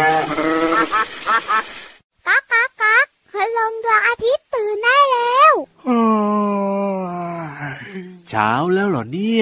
ก๊ากก๊ากก๊ากคืนลงดวงอาทิตย์ตื่นได้แล้วเช้าแล้วเหรอเนี่ย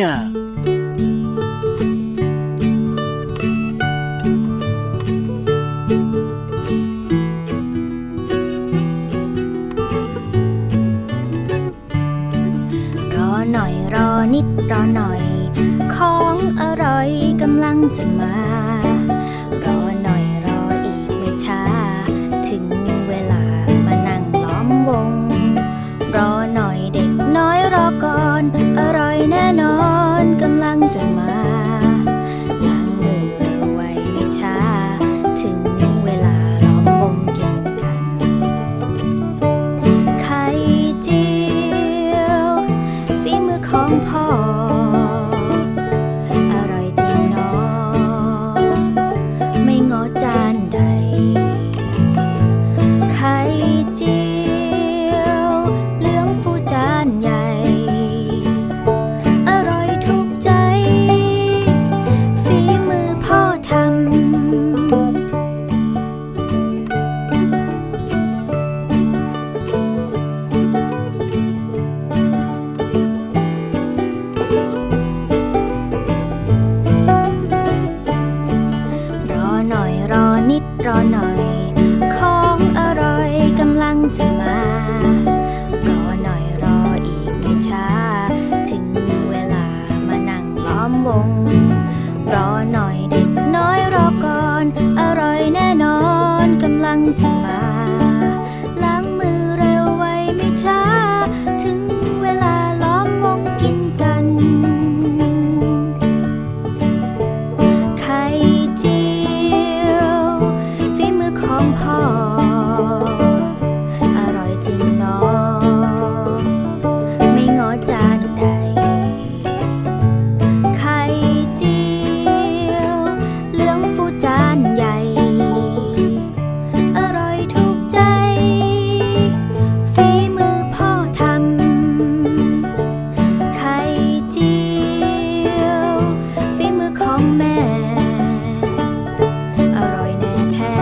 หน่อยรอนิดรอหน่อยของอร่อยกำลังจะมารอหน่อยรออีกไม่ช้าถึงเวลามานั่งล้อมวงรอหน่อยเด็กน้อยรอก่อนอร่อยแน่นอนกำลังจะมาล้างมือเร็วไวไม่ช้าถึงเวลาล้อมวงกินกันไข่เจียวฝีมือของพ่ออร่อยจริงเนาะไม่งอจานใดไข่เจียวเหลืองฟูจานใหญ่อร่อยถูกใจฝีมือพ่อทำรอหน่อยของอร่อยกำลังจะมารอหน่อยรออีกไม่ช้าถึงเวลามานั่งล้อมวงรอหน่อยเด็กน้อยรอก่อนอร่อยแน่นอนกำลังจะมาล้างมือเร็วไวไม่ช้าถึงเวลาล้อมวงกินกันไข่เจียวของพ่ออร่อยจริงเนาะไม่งอจานใดไข่เจียวเหลืองฟูจานใหญ่อร่อยถูกใจฝีมือพ่อทำไข่เจียวฝีมือของแม่อร่อยแน่แท้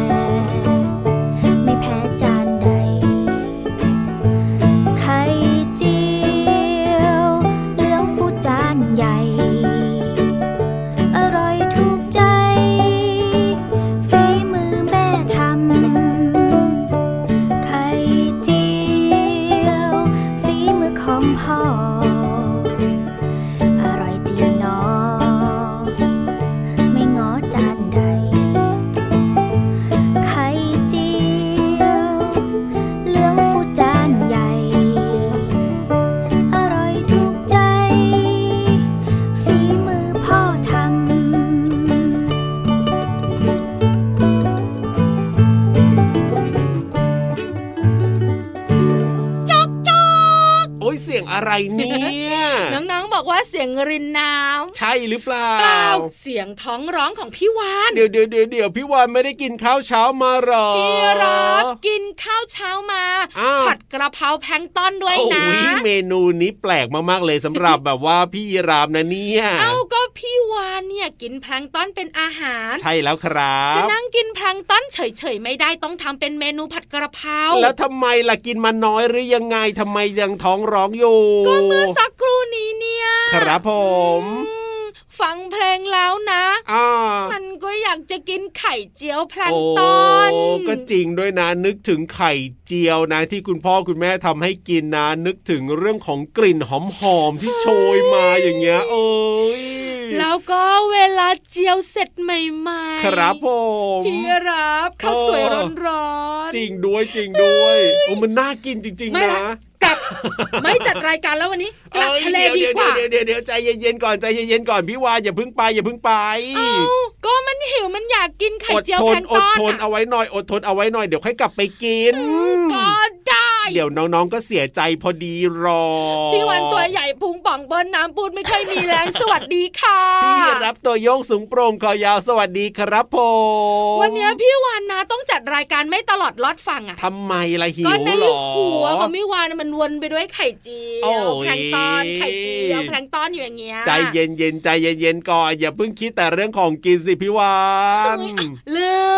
อะไรเนี่ยน้องๆบอกว่าเสียงรินน้ำใช่หรือเปล่าเสียงท้องร้องของพี่วานเดี๋ยวพี่วานไม่ได้กินข้าวเช้ามาหรอพี่รับกินข้าวเช้ามาผัดกระเพราแพลงก์ต้นด้วยนะโอ้ยเมนูนี้แปลกมากๆเลยสำหรับแบบว่าพี่รับนะเนี่ยก็พี่วานเนี่ยกินแพลงก์ต้นเป็นอาหารใช่แล้วครับจะนั่งกินแพลงก์ต้นเฉยๆไม่ได้ต้องทำเป็นเมนูผัดกระเพราแล้วทำไมล่ะกินมาน้อยหรือยังไงทำไมยังท้องร้องอยู่ก็เมื่อสักครู่นี้เนี่ยครับผมฟังเพลงแล้วนะมันก็อยากจะกินไข่เจียวแพลงก์ต้นก็จริงด้วยนะนึกถึงไข่เจียวนะที่คุณพ่อคุณแม่ทำให้กินนะนึกถึงเรื่องของกลิ่นหอมๆที่โชยมาอย่างเงี้ยแล้วก็เวลาเจียวเสร็จใหม่ๆครับผมพี่รับข้าวสวยร้อนๆจริงด้วยมันน่ากินจริงๆนะกลับไม่จัดรายการแล้ววันนี้กลับทะเลดีกว่าเดี๋ยวใจเย็นๆก่อนพี่วานอย่าเพิ่งไปก็มันหิวมันอยากกินไข่เจียวแพลงก์ต้นอดทนเอาไว้หน่อยเดี๋ยวค่อยกลับไปกินก็ได้เดี๋ยวน้องๆก็เสียใจพอดีรอพี่วันตัวใหญ่พุงป่องเบิ้ลน้ำปูดไม่เคยมีแรงสวัสดีค่ะพี่รับตัวโยกสูงโปร่งคอยาวสวัสดีครับผมวันนี้พี่วันนะต้องจัดรายการไม่ตลอดลอดฟังอ่ะทำไมล่ะหิวหรอก็ในหัวของพี่วันมันวนไปด้วยไข่เจียวแพลงก์ต้นไข่เจียวแพลงก์ต้นอยู่อย่างเงี้ยใจเย็นก่อนอย่าเพิ่งคิดแต่เรื่องของกินสิพี่วันลืม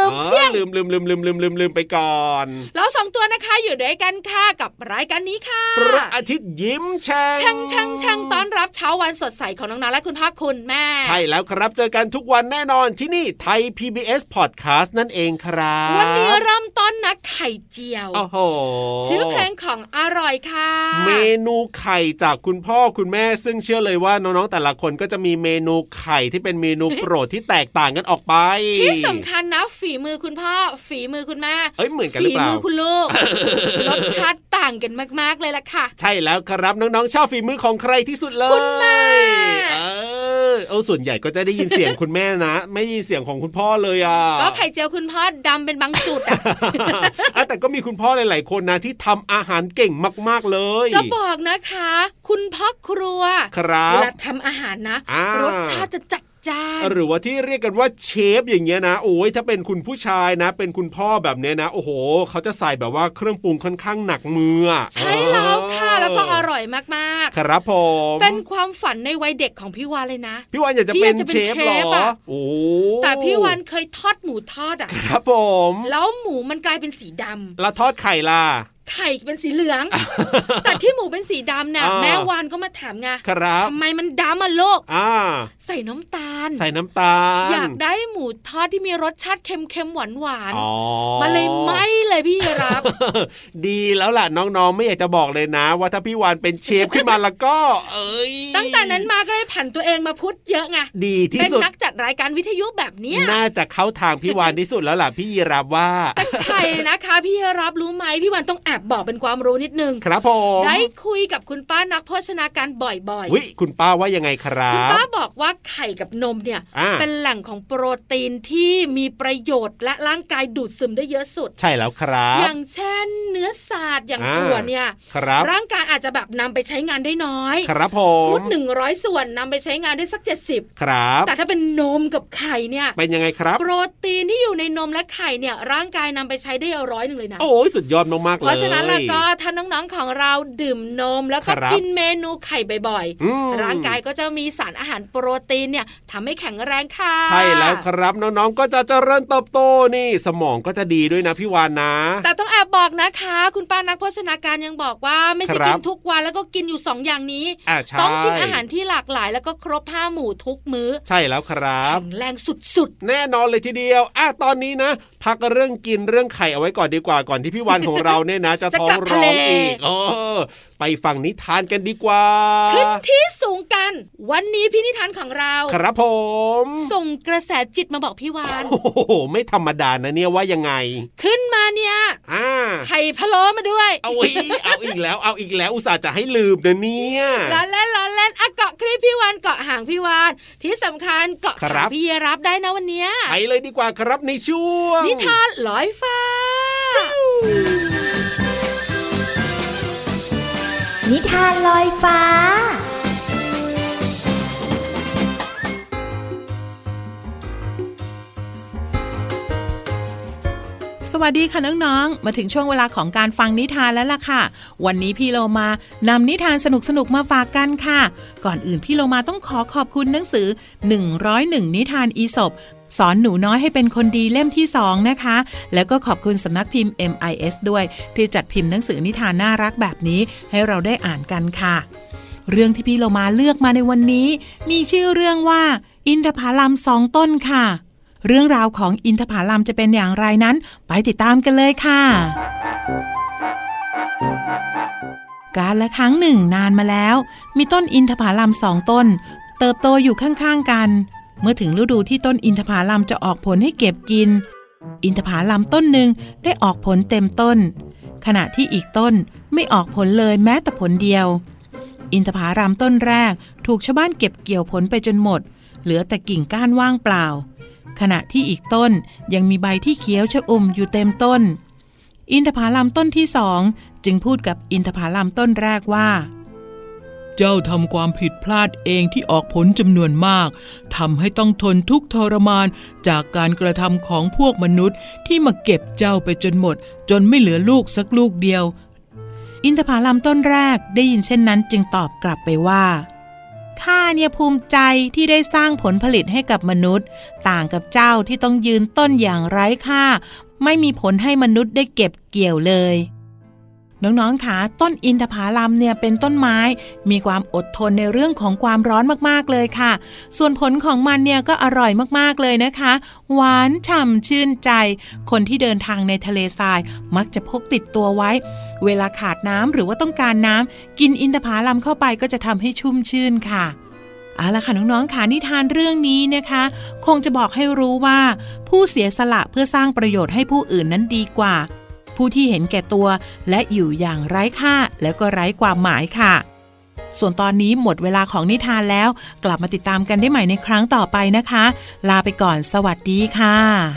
มเพี้ยงลืมไปก่อนแล้ว2ตัวนะคะอยู่ด้วยกันค่ะกับรายการนี้ค่ะพระอาทิตย์ยิ้มแฉ่งต้อนรับเช้าวันสดใสของน้องๆและคุณพ่อคุณแม่ใช่แล้วครับเจอกันทุกวันแน่นอนที่นี่ไทย PBS Podcast นั่นเองครับวันนี้เริ่มต้นนะไข่เจียวโอ้โหชื่อเพลงของอร่อยค่ะเมนูไข่จากคุณพ่อคุณแม่ซึ่งเชื่อเลยว่าน้องๆแต่ละคนก็จะมีเมนูไข่ที่เป็นเมนูโปรดที่แตกต่างกันออกไปที่สำคัญนะฝีมือคุณพ่อฝีมือคุณแม่เหมือนกันหรือเปล่าฝีมือคุณลูก รสชาติต่างกันมากๆเลยล่ะค่ะใช่แล้วครับน้องๆชอบฝีมือของใครที่สุดเลยคุณแม่ส่วนใหญ่ก็จะได้ยินเสียงคุณแม่นะไม่ได้ยินเสียงของคุณพ่อเลยอ่ะก็ไข่เจียวคุณพ่อดำเป็นบางจุดแต่ก็มีคุณพ่อหลายๆคนนะที่ทำอาหารเก่งมากๆเลยจะบอกนะคะคุณพ่อครัวเวลาทำอาหารนะรสชาติจะจัดหรือว่าที่เรียกกันว่าเชฟอย่างเงี้ยนะโอ้ยถ้าเป็นคุณผู้ชายนะเป็นคุณพ่อแบบเนี้ยนะโอ้โหเขาจะใส่แบบว่าเครื่องปรุงค่อนข้างหนักมือใช่แล้วค่ะแล้วก็อร่อยมากๆครับผมเป็นความฝันในวัยเด็กของพี่วานเลยนะพี่วานอยากจะเป็นเชฟหรอโอ้แต่พี่วานเคยทอดหมูทอดอ่ะครับผมแล้วหมูมันกลายเป็นสีดำแล้วทอดไข่ล่ะไข่เป็นสีเหลือง แต่ที่หมูเป็นสีดำเนี่ยแม่วานก็มาถามไงทำไมมันดำอ่ะลูกใส่น้ำตาลอยากได้หมูทอดที่มีรสชาติเค็มๆหวานๆมันเลยไม่เลยพี่รับดีแล้วล่ะน้องๆไม่อยากจะบอกเลยนะว่าถ้าพี่วานเป็นเชฟขึ้นมาแล้วก็ตั้งแต่นั้นมาก็เลยผันตัวเองมาพูดเยอะไงดีที่สุดเป็นนักจัดรายการวิทยุแบบนี้น่าจะเข้าทางพี่วานที่สุดแล้วล่ะพี่ยีรับว่าแต่ไข่นะคะพี่ยีรับรู้ไหมพี่วานต้องแอบบอกเป็นความรู้นิดนึงครับผมได้คุยกับคุณป้านักโภชนาการบ่อยๆคุณป้าว่ายังไงครับคุณป้าบอกว่าไข่กับนมเนี่ยเป็นแหล่งของโปรตีนที่มีประโยชน์และร่างกายดูดซึมได้เยอะสุดใช่แล้วครับอย่างเช่นเนื้อสัตว์อย่างถั่วเนี่ยร่างกายอาจจะแบบนำไปใช้งานได้น้อยครับผมสูตร100ส่วนนำไปใช้งานได้สัก70 ครับแต่ถ้าเป็นนมกับไข่เนี่ยเป็นยังไงครับโปรตีนที่อยู่ในนมและไข่เนี่ยร่างกายนำไปใช้ได้100เลยนะโอ้ยสุดยอดมากๆเลยเพราะฉะนั้นแล้วก็ถ้าน้องๆของเราดื่มนมแล้วก็กินเมนูไข่บ่อยๆร่างกายก็จะมีสารอาหารโปรตีนเนี่ยทำให้แข็งแรงค่ะใช่แล้วครับน้องๆก็จะเจริญเติบโตนี่สมองก็จะดีด้วยนะพี่วานนะแต่ต้องแอบบอกนะคะคุณป้านักโภชนาการยังบอกว่าไม่ใช่กินทุกวันแล้วก็กินอยู่2อย่างนี้ต้องกินอาหารที่หลากหลายแล้วก็ครบ5หมู่ทุกมื้อใช่แล้วครับแข็งแรงสุดๆแน่นอนเลยทีเดียวตอนนี้นะพักเรื่องกินเรื่องไข่เอาไว้ก่อนดีกว่าก่อนที่พี่วานของเราเนี่ยนะจะท้องร้องอีกไปฟังนิทานกันดีกว่าขึ้นที่สูงกันวันนี้พี่นิทานของเราครับผมส่งกระแสจิตมาบอกพี่วานโอ้โหไม่ธรรมดานะเนี่ยว่ายังไงขึ้นมาเนี่ยไข่พะโล้มาด้วยเอาอีกแล้วอุตส่าห์จะให้ลืมนะเนี่ยล้อเล่นเกาะคลิปพี่วานเกาะหางพี่วานที่สำคัญเกาะขาพี่รับได้นะวันนี้ไปเลยดีกว่าครับในช่วงนิทานลอยฟ้านิทานลอยฟ้าสวัสดีค่ะน้องๆมาถึงช่วงเวลาของการฟังนิทานแล้วล่ะค่ะวันนี้พี่โลมานำนิทานสนุกๆมาฝากกันค่ะก่อนอื่นพี่โลมาต้องขอบคุณหนังสือ101นิทานอีสปสอนหนูน้อยให้เป็นคนดีเล่มที่2นะคะแล้วก็ขอบคุณสำนักพิมพ์ MIS ด้วยที่จัดพิมพ์หนังสือนิทานน่ารักแบบนี้ให้เราได้อ่านกันค่ะเรื่องที่พี่โลมาเลือกมาในวันนี้มีชื่อเรื่องว่าอินทผลัม2ต้นค่ะเรื่องราวของอินทผลัมจะเป็นอย่างไรนั้นไปติดตามกันเลยค่ะกาลครั้งหนึ่งนานมาแล้วมีต้นอินทผลัม2ต้นเติบโตอยู่ข้างๆกันเมื่อถึงฤดูที่ต้นอินทผลัมจะออกผลให้เก็บกินอินทผลัมต้นหนึ่งได้ออกผลเต็มต้นขณะที่อีกต้นไม่ออกผลเลยแม้แต่ผลเดียวอินทผลัมต้นแรกถูกชาวบ้านเก็บเกี่ยวผลไปจนหมดเหลือแต่กิ่งก้านว่างเปล่าขณะที่อีกต้นยังมีใบที่เขียวชอุ่มอยู่เต็มต้นอินทผลัมต้นที่2จึงพูดกับอินทผลัมต้นแรกว่าเจ้าทำความผิดพลาดเองที่ออกผลจำนวนมากทำให้ต้องทนทุกข์ทรมานจากการกระทำของพวกมนุษย์ที่มาเก็บเจ้าไปจนหมดจนไม่เหลือลูกสักลูกเดียวอินทผลัมต้นแรกได้ยินเช่นนั้นจึงตอบกลับไปว่าข้าเนี่ยภูมิใจที่ได้สร้างผลผลิตให้กับมนุษย์ต่างกับเจ้าที่ต้องยืนต้นอย่างไร้ค่าไม่มีผลให้มนุษย์ได้เก็บเกี่ยวเลยน้องๆคะต้นอินทผลัมเนี่ยเป็นต้นไม้มีความอดทนในเรื่องของความร้อนมากๆเลยค่ะส่วนผลของมันเนี่ยก็อร่อยมากๆเลยนะคะหวานฉ่ำชื่นใจคนที่เดินทางในทะเลทรายมักจะพกติดตัวไว้เวลาขาดน้ำหรือว่าต้องการน้ำกินอินทผลัมเข้าไปก็จะทำให้ชุ่มชื่นค่ะเอาล่ะค่ะน้องๆค่ะนิทานเรื่องนี้นะคะคงจะบอกให้รู้ว่าผู้เสียสละเพื่อสร้างประโยชน์ให้ผู้อื่นนั้นดีกว่าผู้ที่เห็นแก่ตัวและอยู่อย่างไร้ค่าแล้วก็ไร้ความหมายค่ะส่วนตอนนี้หมดเวลาของนิทานแล้วกลับมาติดตามกันได้ใหม่ในครั้งต่อไปนะคะลาไปก่อนสวัสดีค่ะ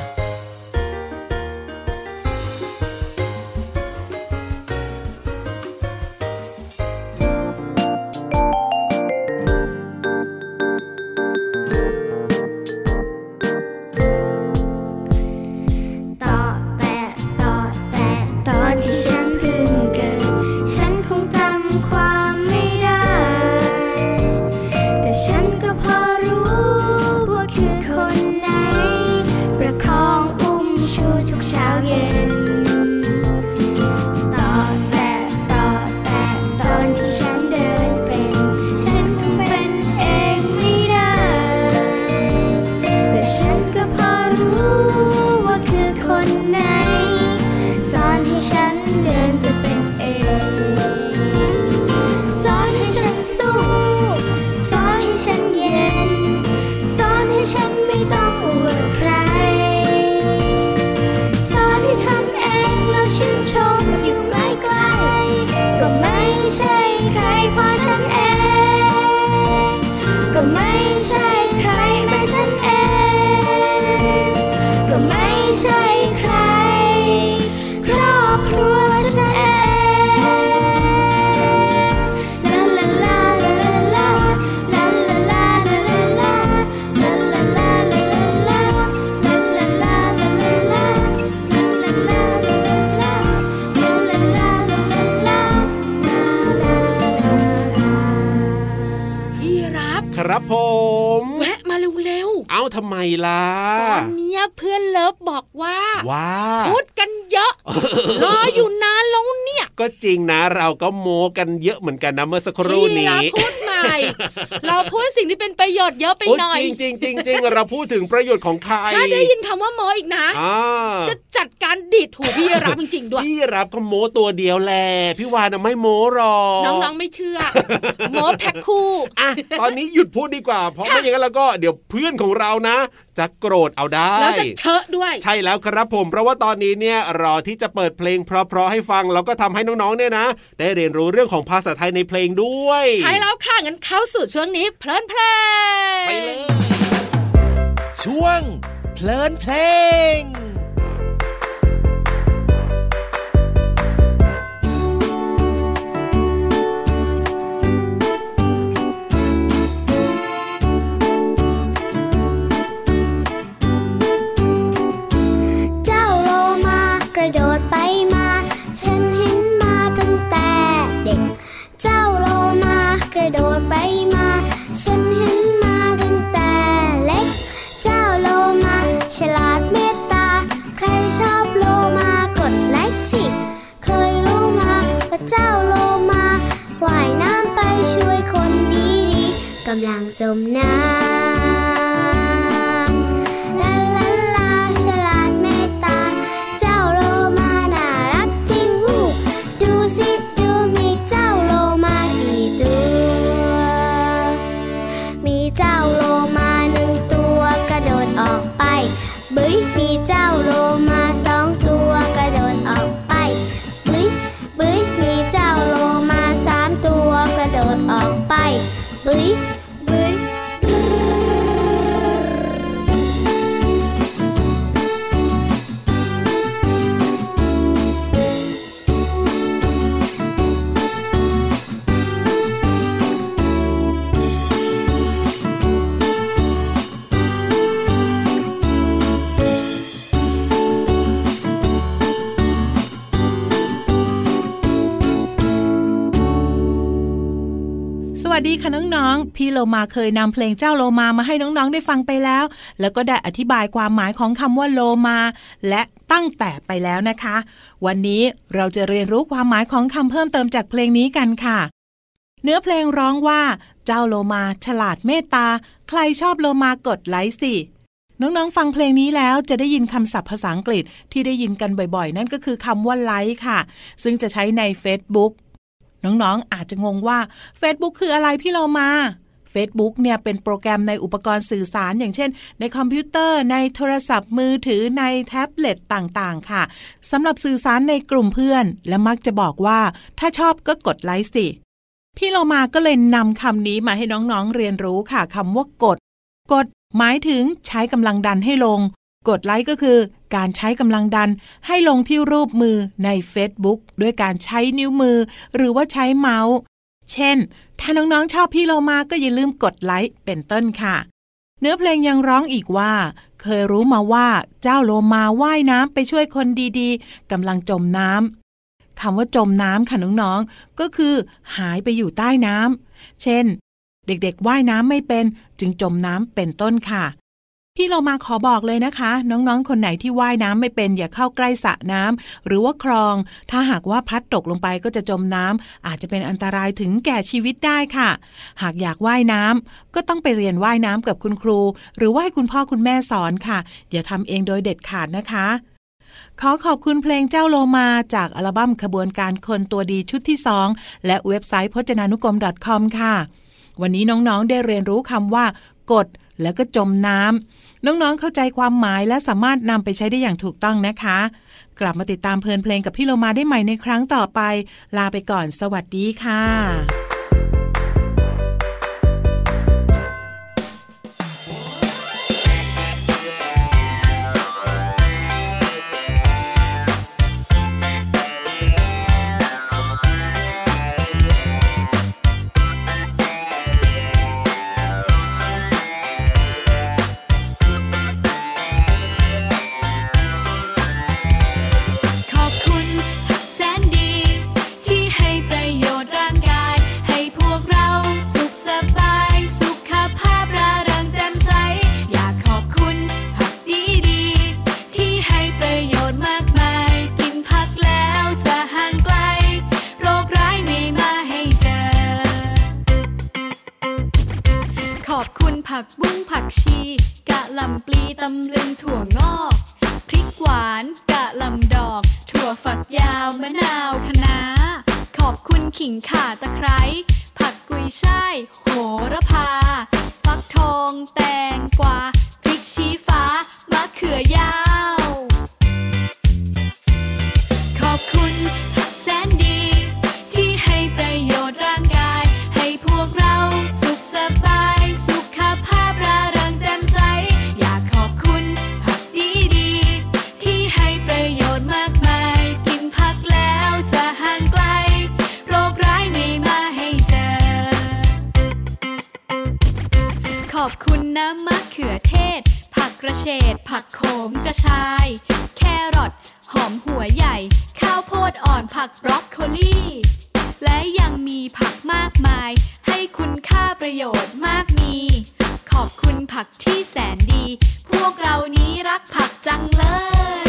ครับผมแวะมาเร็วๆเอ้าทำไมล่ะตอนนี้เพื่อนเลิฟบอกว่าพูดกันเยอะ รออยู่นานแล้วเนี่ยก็จริงนะเราก็โม้กันเยอะเหมือนกันนะเมื่อสักครู่นี้เราพูดใหม่ เราพูดสิ่งที่เป็นประโยชน์เยอะไปหน่อยจริงเราพูดถึงประโยชน์ของใครถ้าได้ยินคำว่าโม้อีกนะจะจัดการดีดหูพี่รับจริงๆด้วยพี่รับก็โม้ตัวเดียวแหละพี่วานไม่โม้หรอกน้องๆไม่เชื่อโม้แพ็คคู่อ่ะตอนนี้หยุดพูดดีกว่าเพราะไม่อย่างนั้นแล้วก็เดี๋ยวเพื่อนของเรานะจะโกรธเอาได้แล้วจะเชอะด้วยใช่แล้วครับผมเพราะว่าตอนนี้เนี่ยรอที่จะเปิดเพลงเพราะๆให้ฟังแล้วก็ทำให้น้องๆเนี่ยนะได้เรียนรู้เรื่องของภาษาไทยในเพลงด้วยใช่แล้วค่ะงั้นเข้าสู่ช่วงนี้เพลินเพลงไปเลยช่วงเพลินเพลงกำลังจมน้ำลาลาลาฉลาดเมตตาเจ้าโลมาน่ารักจริงวูดูสิดูมีเจ้าโลมากี่ตัวมีเจ้าโลมา1ตัวกระโดดออกไปบึ้ยมีเจ้าโลมา2ตัวกระโดดออกไปบึ้ยบึ้ยมีเจ้าโลมา3ตัวกระโดดออกไปบึ้ยวัสดีค่ะน้องๆพี่โลมาเคยนำเพลงเจ้าโลมาให้น้องๆได้ฟังไปแล้วแล้วก็ได้อธิบายความหมายของคำว่าโลมาและตั้งแต่ไปแล้วนะคะวันนี้เราจะเรียนรู้ความหมายของคำเพิ่มเติมจากเพลงนี้กันค่ะเนื้อเพลงร้องว่าเจ้าโลมาฉลาดเมตตาใครชอบโลมากดไลค์สิน้องๆฟังเพลงนี้แล้วจะได้ยินคำศัพท์ภาษาอังกฤษที่ได้ยินกันบ่อยๆนั่นก็คือคำว่าไลค์ค่ะซึ่งจะใช้ใน Facebook น้องๆอาจจะงงว่า Facebook คืออะไรพี่โลมา Facebook เนี่ยเป็นโปรแกรมในอุปกรณ์สื่อสารอย่างเช่นในคอมพิวเตอร์ในโทรศัพท์มือถือในแท็บเล็ตต่างๆค่ะสำหรับสื่อสารในกลุ่มเพื่อนและมักจะบอกว่าถ้าชอบก็กดไลค์สิพี่โลมาก็เลยนำคำนี้มาให้น้องๆเรียนรู้ค่ะคำว่ากดหมายถึงใช้กำลังดันให้ลงกดไลค์ก็คือการใช้กำลังดันให้ลงที่รูปมือใน Facebook ด้วยการใช้นิ้วมือหรือว่าใช้เมาส์เช่นถ้าน้องๆชอบพี่โลมาก็อย่าลืมกดไลค์เป็นต้นค่ะเนื้อเพลงยังร้องอีกว่าเคยรู้มาว่าเจ้าโลมาว่ายน้ำไปช่วยคนดีๆกำลังจมน้ำคำว่าจมน้ำค่ะน้องๆก็คือหายไปอยู่ใต้น้ำเช่นเด็กๆว่ายน้ำไม่เป็นจึงจมน้ำเป็นต้นค่ะพี่โลมาขอบอกเลยนะคะน้องๆคนไหนที่ว่ายน้ำไม่เป็นอย่าเข้าใกล้สระน้ำหรือว่าคลองถ้าหากว่าพลัดตกลงไปก็จะจมน้ำอาจจะเป็นอันตรายถึงแก่ชีวิตได้ค่ะหากอยากว่ายน้ำก็ต้องไปเรียนว่ายน้ำกับคุณครูหรือว่าให้คุณพ่อคุณแม่สอนค่ะอย่าทำเองโดยเด็ดขาดนะคะขอบคุณเพลงเจ้าโลมาจากอัลบั้มขบวนการคนตัวดีชุดที่2และเว็บไซต์พจนานุกรม .com ค่ะวันนี้น้องๆได้เรียนรู้คำว่ากดแล้วก็จมน้ำน้องๆเข้าใจความหมายและสามารถนำไปใช้ได้อย่างถูกต้องนะคะกลับมาติดตามเพลินเพลงกับพี่โลมาได้ใหม่ในครั้งต่อไปลาไปก่อนสวัสดีค่ะผักบุ้งผักชีกะหล่ำปลีตำลึงถั่วงอกพริกหวานกะหล่ำดอกถั่วฝักยาวมะนาวคะน้าขอบคุณขิงข่าตะไคร้ผักกุยช่ายโหระพาฟักทองแตงกวาพริกชี้ฟ้ามะเขือยาวขอบคุณผักแสนดีที่ให้ประโยชน์ร่างกายให้พวกเราสุขสบายสุขภาพร่าเริงแจ่มใสอยากขอบคุณผักดีๆที่ให้ประโยชน์มากมายกินผักแล้วจะห่างไกลโรคร้ายไม่มาให้เจอขอบคุณน้ำมะเขือเทศผักกระเฉดผักโขมกระชายแครอทหอมหัวใหญ่ข้าวโพดอ่อนผักบรอกโคลีและยังมีผักมากมายให้คุณค่าประโยชน์มากมีขอบคุณผักที่แสนดีพวกเรานี้รักผักจังเลย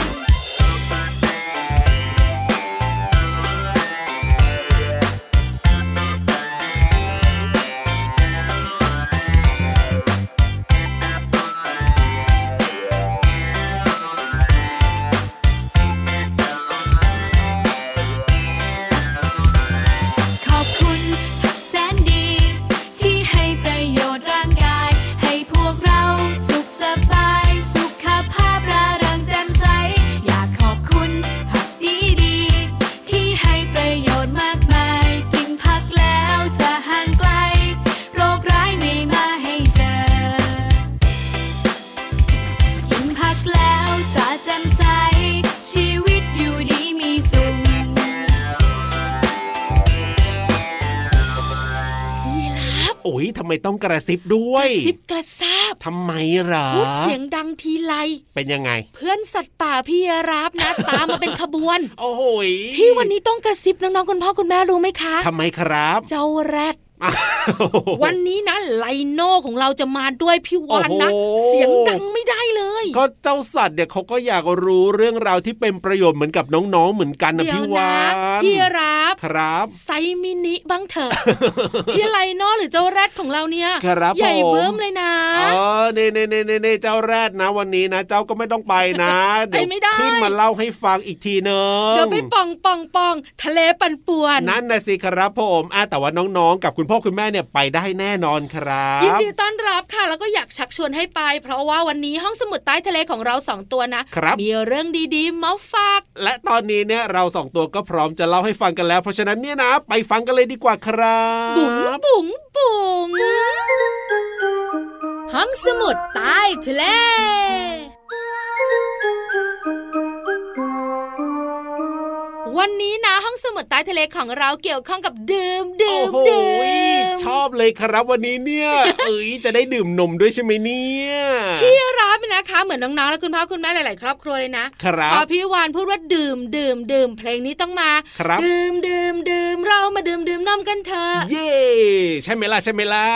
ทำไมต้องกระซิบด้วยกระซิบกระซาบทำไมหรอพูดเสียงดังทีไรเป็นยังไงเพื่อนสัตว์ป่าพี่รับนะ ตามมาเป็นขบวนโอ้โหที่วันนี้ต้องกระซิบน้องๆคุณพ่อคุณแม่รู้ไหมคะทำไมครับเจ้าแรดวันนี้นะไลโน่ของเราจะมาด้วยพี่วานนะเสียงดังไม่ได้เลยก็เจ้าสัตว์เนี่ยเขาก็อยากรู้เรื่องราวที่เป็นประโยชน์เหมือนกับน้องๆเหมือนกันนะพี่วานพี่รับครับไซมินิบ้างเถอะ พี่ไลโน่หรือเจ้าแรดของเราเนี่ยใหญ่เบิ้มเลยนะเน่เจ้าแรดนะวันนี้นะเจ้าก็ไม่ต้องไปนะเดี๋ยวขึ้นมาเล่าให้ฟังอีกทีนึงเดี๋ยวไปป่องทะเลปั่นป่วนนั่นนะสิครับผมแต่ว่าน้องๆกับคุณพ่อคุณแม่เนี่ยไปได้แน่นอนครับยินดีต้อนรับค่ะแล้วก็อยากชักชวนให้ไปเพราะว่าวันนี้ห้องสมุดใต้ทะเลของเรา2ตัวนะมีเรื่องดีๆมาฝากและตอนนี้เนี่ยเรา2ตัวก็พร้อมจะเล่าให้ฟังกันแล้วเพราะฉะนั้นเนี่ยนะไปฟังกันเลยดีกว่าครับบุ๋งห้องสมุดใต้ทะเลวันนี้นะห้องสมุดใต้ทะเลของเราเกี่ยวข้องกับดื่มชอบเลยครับวันนี้เนี่ย จะได้ดื่มนมด้วยใช่ไหมเนี่ยพี่รับนะคะเหมือนน้องๆและคุณพ่อคุณแม่หลายๆครอบครัวเลยนะพอพี่วานพูดว่าดื่มเพลงนี้ต้องมาดื่มเรามาดื่มนมกันเถอะเย่ใช่ไหมล่ะ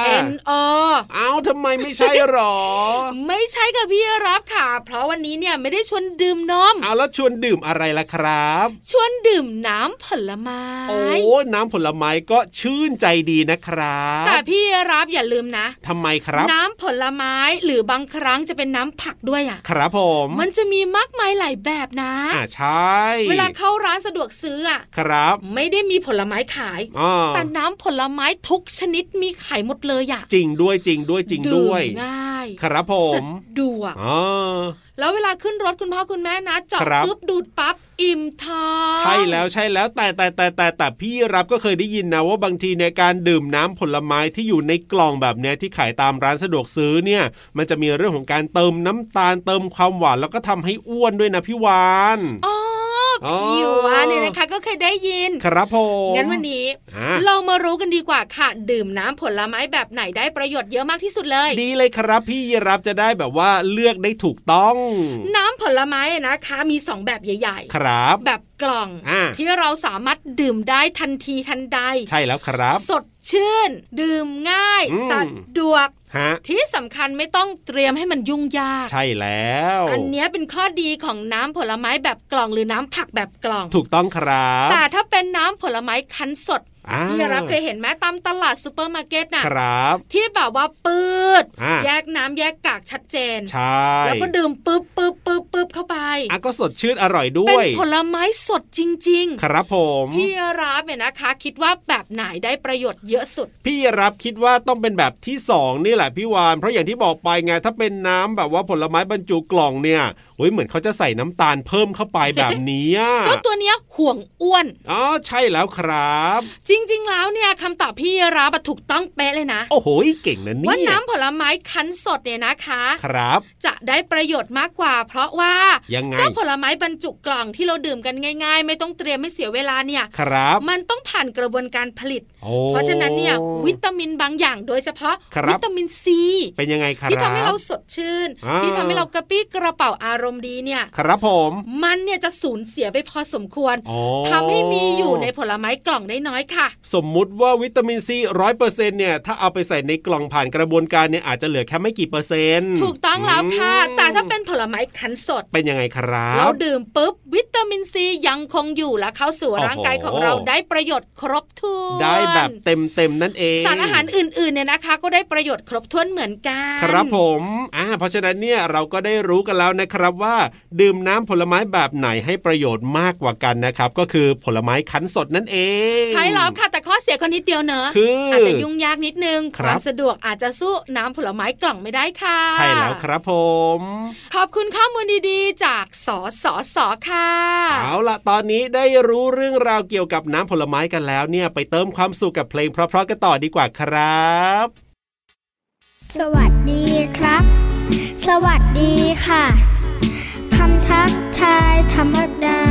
NO ทำไมไม่ใช่หรอไม่ใช่ค่ะพี่รับค่ะเพราะวันนี้เนี่ยไม่ได้ชวนดื่มนมแล้วชวนดื่มอะไรล่ะครับชวนดื่มน้ำผลไม้น้ำผลไม้ก็ชื่นใจดีนะครับแต่พี่รับอย่าลืมนะทำไมครับน้ำผลไม้หรือบางครั้งจะเป็นน้ำผักด้วยครับผมมันจะมีมากมายหลายแบบนะใช่เวลาเข้าร้านสะดวกซื้อครับไม่ได้มีผลไม้ขายแต่น้ำผลไม้ทุกชนิดมีขายหมดเลยจริงด้วยดื่มง่ายครับผมสะดวกแล้วเวลาขึ้นรถคุณพ่อคุณแม่นะจอดปุ๊บดูดปั๊บอิ่มท้องใช่แล้วแต่พี่รับก็เคยได้ยินนะว่าบางทีในการดื่มน้ำผลไม้ที่อยู่ในกล่องแบบเนี้ยที่ขายตามร้านสะดวกซื้อเนี่ยมันจะมีเรื่องของการเติมน้ำตาลเติมความหวานแล้วก็ทำให้อ้วนด้วยนะพี่วานพี่วานเนี่ยนะคะก็เคยได้ยินครับผมงั้นวันนี้เรามารู้กันดีกว่าค่ะดื่มน้ำผลไม้แบบไหนได้ประโยชน์เยอะมากที่สุดเลยดีเลยครับพี่รับจะได้แบบว่าเลือกได้ถูกต้องน้ำผลไม้นะคะมี2แบบใหญ่ๆครับแบบกล่องที่เราสามารถดื่มได้ทันทีทันใดใช่แล้วครับสดชื่นดื่มง่ายสะดวกที่สำคัญไม่ต้องเตรียมให้มันยุ่งยากใช่แล้วอันนี้เป็นข้อดีของน้ำผลไม้แบบกล่องหรือน้ำผักแบบกล่องถูกต้องครับแต่ถ้าเป็นน้ำผลไม้คั้นสดพี่รับเคยเห็นไหมตามตลาดซุปเปอร์มาร์เก็ตน่ะที่แบบว่าปืดแยกน้ำแยกกากชัดเจนใช่แล้วก็ดื่มปึ๊บเข้าไปก็สดชื่นอร่อยด้วยเป็นผลไม้สดจริงๆครับผมพี่รับเนี่ยนะคะคิดว่าแบบไหนได้ประโยชน์เยอะสุดพี่รับคิดว่าต้องเป็นแบบที่2นี่แหละพี่วานเพราะอย่างที่บอกไปไงถ้าเป็นน้ำแบบว่าผลไม้บรรจุกล่องเนี่ยเหมือนเขาจะใส่น้ำตาลเพิ่มเข้าไปแบบนี้เจ้าตัวเนี้ยห่วงอ้วนใช่แล้วครับจริงๆแล้วเนี่ยคำตอบพี่รับถูกต้องเป๊ะเลยนะโอ้โหเก่งนะเนี่ยว่าน้ำผลไม้คั้นสดเนี่ยนะคะครับจะได้ประโยชน์มากกว่าเพราะว่ายังไงเจ้าผลไม้บรรจุกล่องที่เราดื่มกันง่ายๆไม่ต้องเตรียมไม่เสียเวลาเนี่ยครับมันต้องผ่านกระบวนการผลิตเพราะฉะนั้นเนี่ยวิตามินบางอย่างโดยเฉพาะวิตามินซีเป็นยังไงครับที่ทำให้เราสดชื่นที่ทำให้เรากระปี้กระเป๋าอารมณ์ดีเนี่ยครับผมมันเนี่ยจะสูญเสียไปพอสมควรทำให้มีอยู่ในผลไม้กล่องได้น้อยค่ะสมมุติว่าวิตามินซี 100% เนี่ยถ้าเอาไปใส่ในกล่องผ่านกระบวนการเนี่ยอาจจะเหลือแค่ไม่กี่เปอร์เซ็นต์ถูกต้องแล้วค่ะแต่ถ้าเป็นผลไม้คั้นสดเป็นยังไงครับเราดื่มปุ๊บวิตามินซียังคงอยู่และเข้าสู่ร่างกายของเราได้ประโยชน์ครบถ้วนได้แบบเต็มนั่นเองสารอาหารอื่นๆเนี่ยนะคะก็ได้ประโยชน์ครบถ้วนเหมือนกันครับผมเพราะฉะนั้นเนี่ยเราก็ได้รู้กันแล้วนะครับว่าดื่มน้ำผลไม้แบบไหนให้ประโยชน์มากกว่ากันนะครับก็คือผลไม้คั้นสดนั่นเองใช่แล้วค่ะแต่ข้อเสียคนนิดเดียวเนอะอาจจะยุ่งยากนิดนึงความสะดวกอาจจะสู้น้ำผลไม้กล่องไม่ได้ค่ะใช่แล้วครับผมขอบคุณข้อมูลดีๆจากสสค่ะเอาล่ะตอนนี้ได้รู้เรื่องราวเกี่ยวกับน้ำผลไม้กันแล้วเนี่ยไปเติมความสุขกับเพลงเพราะๆกันต่อดีกว่าครับสวัสดีครับสวัสดีค่ะคำทักทายธรรมดา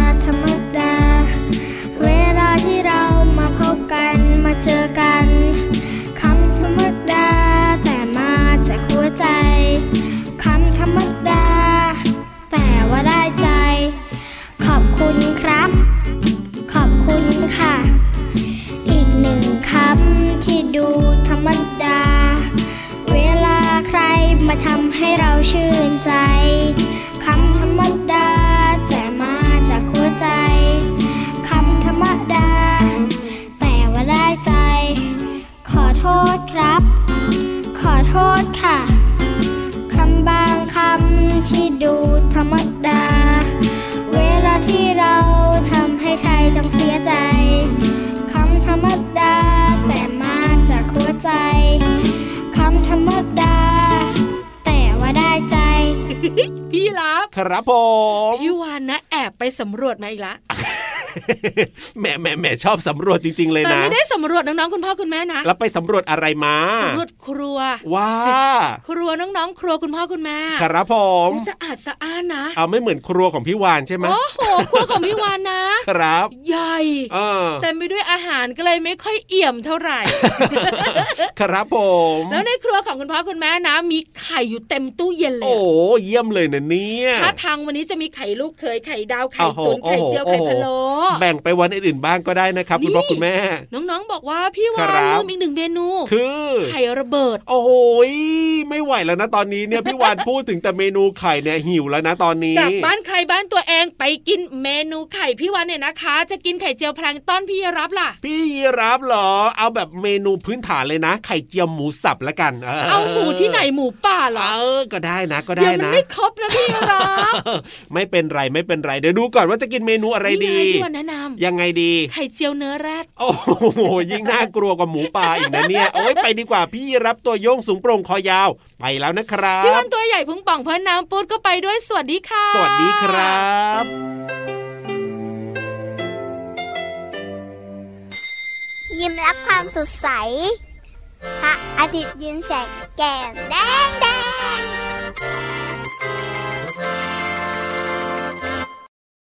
เวลาที่เรามาพบกันมาเจอกันคำธรรมดาแต่มาจากหัวใจคำธรรมดาแต่ว่าได้ใจขอบคุณครับขอบคุณค่ะอีกหนึ่งคำที่ดูชื่นใจคำธรรมดาแต่มาจากหัวใจคำธรรมดาแต่ว่าได้ใจขอโทษครับขอโทษค่ะคำบางคำที่ดูธรรมดาเวลาที่เราทำให้ใครต้องเสียใจคำธรรมดาแต่มาจากหัวใจคำธรรมดาแต่ว่าได้ใจพี่รับครับผมพี่วานนะแอบไปสำรวจมาอีกละแหมชอบสำรวจจริงๆเลยนะแต่ไม่ได้สำรวจน้องๆคุณพ่อคุณแม่นะแล้วไปสำรวจอะไรมาสำรวจครัวว้าครัวน้องๆครัวคุณพ่อคุณแม่ครับผมสะอาดสะอ้านนะเอาไม่เหมือนครัวของพี่วานใช่ไหมโอ้โหครัวของพี่วานนะครับใหญ่แต่ไม่ด้วยอาหารก็เลยไม่ค่อยเอี่ยมเท่าไหร่ครับผมแล้วในครัวของคุณพ่อคุณแม่นะมีไข่อยู่เต็มตู้เย็นเลยโอ้เยี่ยมเลยนะเนี่ยถ้าทางวันนี้จะมีไข่ลูกเขยไข่ดาวไข่ตุ๋นไข่เจียวไข่พะโล้แบ่งไปวันอื่นๆบ้างก็ได้นะครับคุณพ่อคุณแม่น้องๆบอกว่าพี่วานลืมอีกหนึ่งเมนูคือไข่ระเบิดโอ้โหไม่ไหวแล้วนะตอนนี้เนี่ยพี่วานพูดถึงแต่เมนูไข่เนี่ยหิวแล้วนะตอนนี้กลับบ้านใครบ้านตัวเองไปกินเมนูไข่พี่วานเนี่ยนะคะจะกินไข่เจียวแพลงก์ต้นพี่รับล่ะพี่รับเหรอเอาแบบเมนูพื้นฐานเลยนะไข่เจียวหมูสับละกันเอาหมูที่ไหนหมูป่าเหรอก็ได้นะก็ได้นะเดี๋ยวมันไม่ครบนะพี่รับไม่เป็นไรเดี๋ยวดูก่อนว่าจะกินเมนูอะไรดีพี่วานแนะนำยังไงดีไข่เจียวเนื้อแรดโอ้โหยิ่งน่ากลัวกว่าหมูป่าอีกนะเนี่ยโอ้ยไปดีกว่าพี่รับตัวโยงสูงโปร่งคอยาวไปแล้วนะครับพี่วันตัวใหญ่พุงป่องเพิ่นน้ำปูดก็ไปด้วยสวัสดีค่ะสวัสดีครับยิ้มรับความสดใสพระอาทิตย์ยิ้มแฉกแก้มแดง